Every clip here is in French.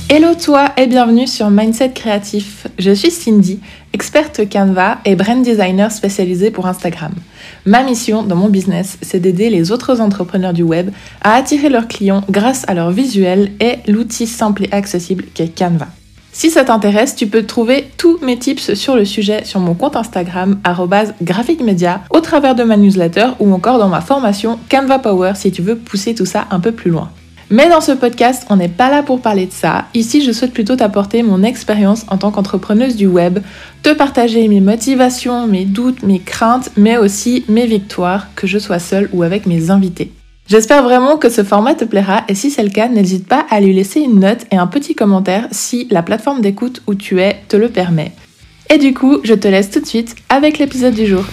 Hello toi et bienvenue sur Mindset Créatif. Je suis Cindy, experte Canva et brand designer spécialisée pour Instagram. Ma mission dans mon business, c'est d'aider les autres entrepreneurs du web à attirer leurs clients grâce à leur visuel et l'outil simple et accessible qu'est Canva. Si ça t'intéresse, tu peux trouver tous mes tips sur le sujet sur mon compte Instagram @graphicmedia, au travers de ma newsletter ou encore dans ma formation Canva Power si tu veux pousser tout ça un peu plus loin. Mais dans ce podcast, on n'est pas là pour parler de ça. Ici, je souhaite plutôt t'apporter mon expérience en tant qu'entrepreneuse du web, te partager mes motivations, mes doutes, mes craintes, mais aussi mes victoires, que je sois seule ou avec mes invités. J'espère vraiment que ce format te plaira et si c'est le cas, n'hésite pas à lui laisser une note et un petit commentaire si la plateforme d'écoute où tu es te le permet. Et du coup, je te laisse tout de suite avec l'épisode du jour.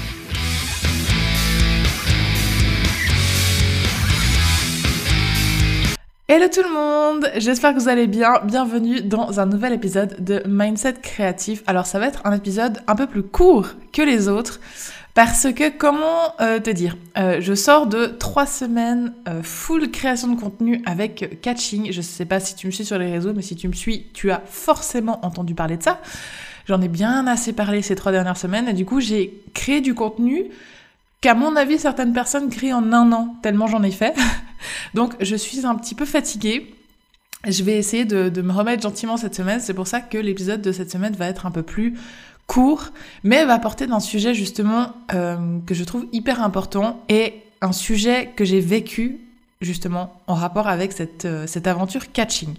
Hello tout le monde, j'espère que vous allez bien. Bienvenue dans un nouvel épisode de Mindset Créatif. Alors ça va être un épisode un peu plus court que les autres parce que comment te dire, je sors de 3 semaines full création de contenu avec Catching. Je sais pas si tu me suis sur les réseaux, mais si tu me suis, tu as forcément entendu parler de ça. J'en ai bien assez parlé ces 3 dernières semaines et du coup j'ai créé du contenu qu'à mon avis certaines personnes créent en 1 an, tellement j'en ai fait. Donc je suis un petit peu fatiguée. Je vais essayer de me remettre gentiment cette semaine. C'est pour ça que l'épisode de cette semaine va être un peu plus court, mais va porter d'un sujet justement que je trouve hyper important et un sujet que j'ai vécu justement en rapport avec cette aventure Catching.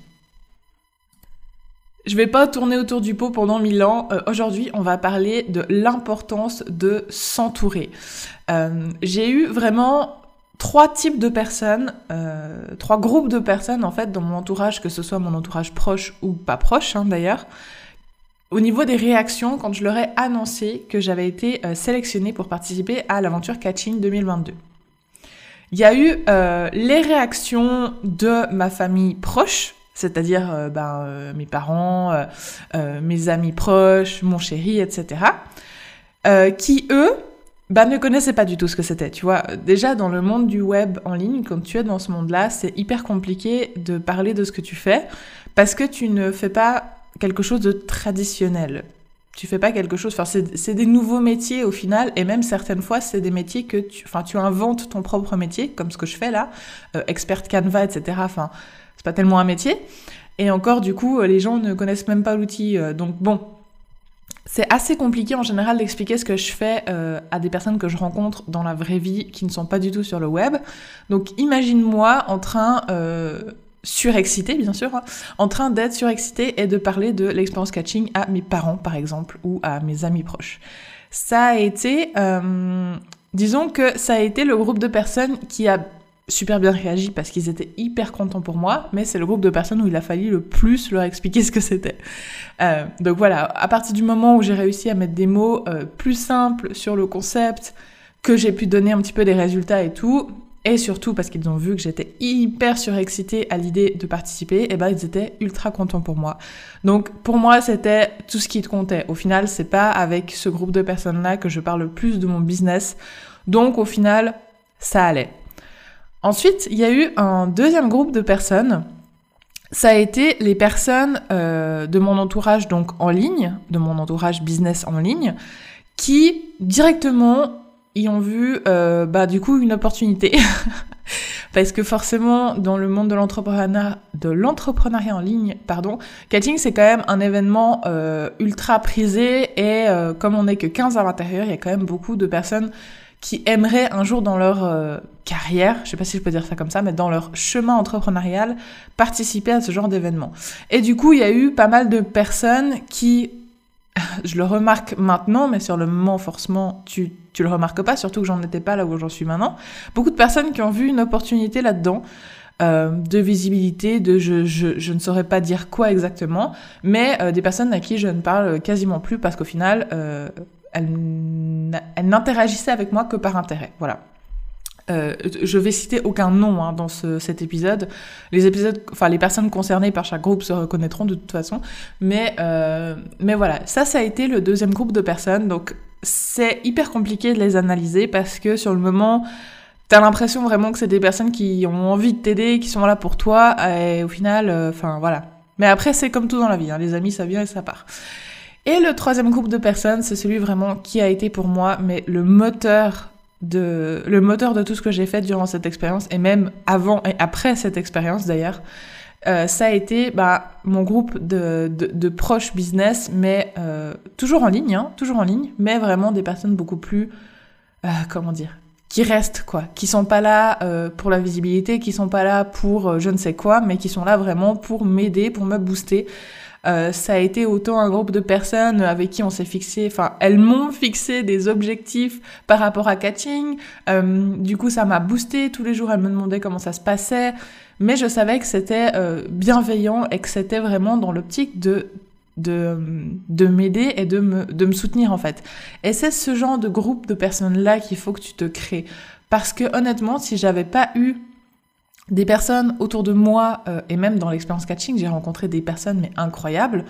Je vais pas tourner autour du pot pendant 1000 ans. Aujourd'hui, on va parler de l'importance de s'entourer. J'ai eu vraiment 3 types de personnes, 3 groupes de personnes en fait dans mon entourage, que ce soit mon entourage proche ou pas proche d'ailleurs. Au niveau des réactions, quand je leur ai annoncé que j'avais été sélectionnée pour participer à l'aventure Catching 2022. Il y a eu les réactions de ma famille proche, c'est-à-dire mes parents, mes amis proches, mon chéri, etc. Qui, eux, ne connaissaient pas du tout ce que c'était, tu vois. Déjà, dans le monde du web en ligne, quand tu es dans ce monde-là, c'est hyper compliqué de parler de ce que tu fais parce que tu ne fais pas quelque chose de traditionnel. Tu fais pas quelque chose... Enfin, c'est des nouveaux métiers au final et même certaines fois, c'est des métiers que tu inventes ton propre métier, comme ce que je fais là, experte Canva, etc. Enfin, c'est pas tellement un métier. Et encore, du coup, les gens ne connaissent même pas l'outil. Donc bon, c'est assez compliqué en général d'expliquer ce que je fais à des personnes que je rencontre dans la vraie vie qui ne sont pas du tout sur le web. Donc imagine-moi en train... surexcitée, bien sûr, en train d'être surexcitée et de parler de l'expérience Catching à mes parents, par exemple, ou à mes amis proches. Ça a été... disons que ça a été le groupe de personnes qui a super bien réagi parce qu'ils étaient hyper contents pour moi, mais c'est le groupe de personnes où il a fallu le plus leur expliquer ce que c'était. Donc voilà, à partir du moment où j'ai réussi à mettre des mots plus simples sur le concept, que j'ai pu donner un petit peu des résultats et tout, et surtout parce qu'ils ont vu que j'étais hyper surexcitée à l'idée de participer, et ils étaient ultra contents pour moi. Donc pour moi, c'était tout ce qui comptait. Au final, c'est pas avec ce groupe de personnes-là que je parle le plus de mon business. Donc au final, ça allait. Ensuite, il y a eu un deuxième groupe de personnes. Ça a été les personnes de mon entourage donc en ligne, de mon entourage business en ligne, qui directement y ont vu du coup une opportunité. Parce que forcément, dans le monde de l'entrepreneuriat en ligne, Catching c'est quand même un événement ultra prisé et comme on n'est que 15 à l'intérieur, il y a quand même beaucoup de personnes qui aimeraient un jour dans leur carrière, je sais pas si je peux dire ça comme ça, mais dans leur chemin entrepreneurial, participer à ce genre d'événement. Et du coup, il y a eu pas mal de personnes qui, je le remarque maintenant, mais sur le moment, forcément, tu le remarques pas, surtout que j'en étais pas là où j'en suis maintenant. Beaucoup de personnes qui ont vu une opportunité là-dedans, de visibilité, je ne saurais pas dire quoi exactement, mais des personnes à qui je ne parle quasiment plus parce qu'au final, elles n'interagissaient avec moi que par intérêt, voilà. Je vais citer aucun nom dans cet épisode. Les personnes concernées par chaque groupe se reconnaîtront de toute façon. Mais voilà, ça a été le deuxième groupe de personnes. Donc c'est hyper compliqué de les analyser parce que sur le moment, t'as l'impression vraiment que c'est des personnes qui ont envie de t'aider, qui sont là pour toi. Et au final, voilà. Mais après, c'est comme tout dans la vie, hein. Les amis, ça vient et ça part. Et le troisième groupe de personnes, c'est celui vraiment qui a été pour moi, mais le moteur de tout ce que j'ai fait durant cette expérience, et même avant et après cette expérience d'ailleurs. Ça a été mon groupe de proches business, mais toujours en ligne, mais vraiment des personnes beaucoup plus, qui restent, quoi, qui sont pas là pour la visibilité, qui sont pas là pour je ne sais quoi, mais qui sont là vraiment pour m'aider, pour me booster. Ça a été autant un groupe de personnes avec qui on s'est fixé, elles m'ont fixé des objectifs par rapport à Catching. Du coup, ça m'a boosté. Tous les jours, elles me demandaient comment ça se passait. Mais je savais que c'était bienveillant et que c'était vraiment dans l'optique de m'aider et de me soutenir, en fait. Et c'est ce genre de groupe de personnes-là qu'il faut que tu te crées. Parce que honnêtement, si j'avais pas eu des personnes autour de moi, et même dans l'expérience Catching, j'ai rencontré des personnes mais incroyables.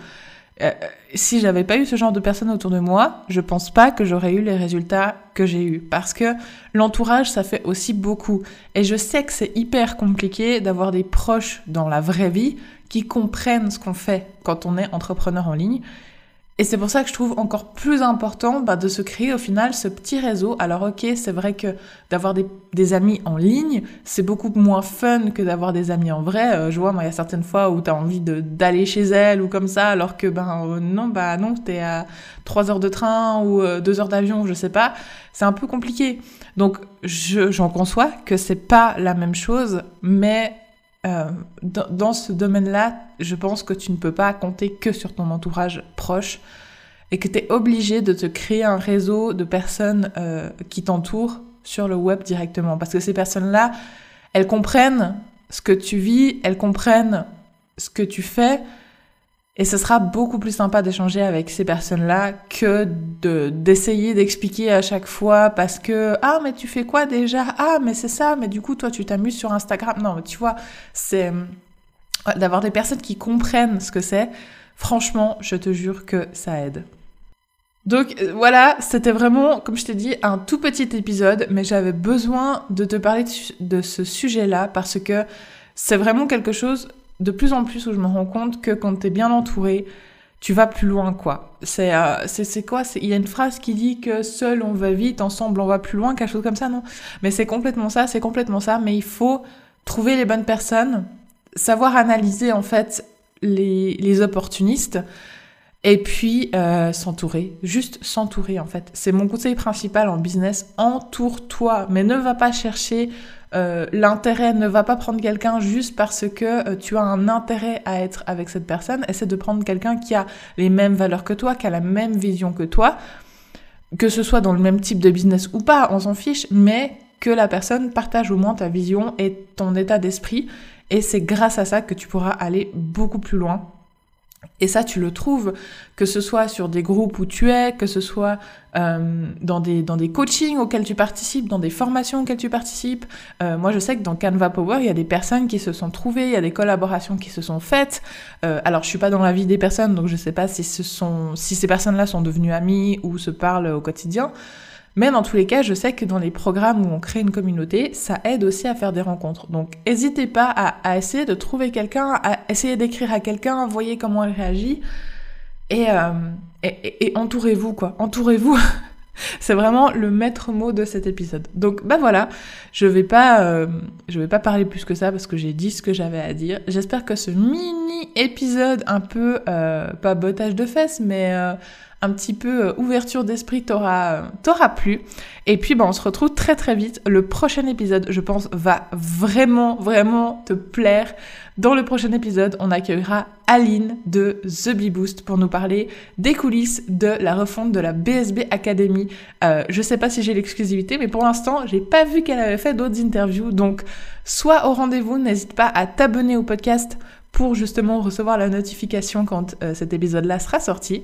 Si j'avais pas eu ce genre de personnes autour de moi, je pense pas que j'aurais eu les résultats que j'ai eu. Parce que l'entourage, ça fait aussi beaucoup. Et je sais que c'est hyper compliqué d'avoir des proches dans la vraie vie qui comprennent ce qu'on fait quand on est entrepreneur en ligne. Et c'est pour ça que je trouve encore plus important de se créer au final ce petit réseau. Alors ok, c'est vrai que d'avoir des amis en ligne, c'est beaucoup moins fun que d'avoir des amis en vrai. Je vois, moi, il y a certaines fois où t'as envie d'aller chez elle ou comme ça, alors que non, t'es à 3 heures de train ou 2 heures d'avion, je sais pas. C'est un peu compliqué. Donc j'en conçois que c'est pas la même chose, mais dans ce domaine-là, je pense que tu ne peux pas compter que sur ton entourage proche et que tu es obligé de te créer un réseau de personnes qui t'entourent sur le web directement. Parce que ces personnes-là, elles comprennent ce que tu vis, elles comprennent ce que tu fais, et ce sera beaucoup plus sympa d'échanger avec ces personnes-là que d'essayer d'expliquer à chaque fois parce que « Ah, mais tu fais quoi déjà ? Ah, mais c'est ça, mais du coup, toi, tu t'amuses sur Instagram. » Non, mais tu vois, c'est d'avoir des personnes qui comprennent ce que c'est. Franchement, je te jure que ça aide. Donc voilà, c'était vraiment, comme je t'ai dit, un tout petit épisode, mais j'avais besoin de te parler de ce sujet-là parce que c'est vraiment quelque chose de plus en plus où je me rends compte que quand t'es bien entouré, tu vas plus loin, quoi. C'est quoi ? Il y a une phrase qui dit que seul on va vite, ensemble on va plus loin, quelque chose comme ça, non ? Mais c'est complètement ça, mais il faut trouver les bonnes personnes, savoir analyser en fait les opportunistes, et puis s'entourer, juste s'entourer en fait. C'est mon conseil principal en business, entoure-toi, mais ne va pas chercher l'intérêt, ne va pas prendre quelqu'un juste parce que tu as un intérêt à être avec cette personne. Essaie de prendre quelqu'un qui a les mêmes valeurs que toi, qui a la même vision que toi, que ce soit dans le même type de business ou pas, on s'en fiche, mais que la personne partage au moins ta vision et ton état d'esprit, et c'est grâce à ça que tu pourras aller beaucoup plus loin. Et ça, tu le trouves, que ce soit sur des groupes où tu es, que ce soit dans des coachings auxquels tu participes, dans des formations auxquelles tu participes. Moi, je sais que dans Canva Power, il y a des personnes qui se sont trouvées, il y a des collaborations qui se sont faites. Alors, je suis pas dans la vie des personnes, donc je sais pas si ces personnes-là sont devenues amies ou se parlent au quotidien. Mais dans tous les cas, je sais que dans les programmes où on crée une communauté, ça aide aussi à faire des rencontres. Donc, n'hésitez pas à essayer de trouver quelqu'un, à essayer d'écrire à quelqu'un, voyez comment elle réagit. Et entourez-vous, quoi. Entourez-vous. C'est vraiment le maître mot de cet épisode. Donc, voilà. Je vais pas parler plus que ça parce que j'ai dit ce que j'avais à dire. J'espère que ce mini épisode un peu, pas bottage de fesses, mais un petit peu ouverture d'esprit t'aura plu. Et puis on se retrouve très très vite. Le prochain épisode, je pense, va vraiment vraiment te plaire. Dans le prochain épisode, on accueillera Aline de The Bee Boost pour nous parler des coulisses de la refonte de la BSB Academy. Je sais pas si j'ai l'exclusivité, mais pour l'instant, j'ai pas vu qu'elle avait fait d'autres interviews. Donc, sois au rendez-vous, n'hésite pas à t'abonner au podcast pour justement recevoir la notification quand cet épisode-là sera sorti.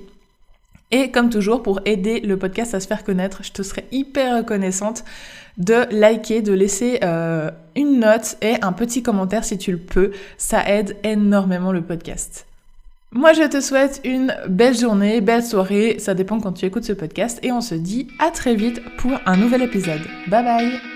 Et comme toujours, pour aider le podcast à se faire connaître, je te serais hyper reconnaissante de liker, de laisser une note et un petit commentaire si tu le peux. Ça aide énormément le podcast. Moi, je te souhaite une belle journée, belle soirée. Ça dépend quand tu écoutes ce podcast. Et on se dit à très vite pour un nouvel épisode. Bye bye!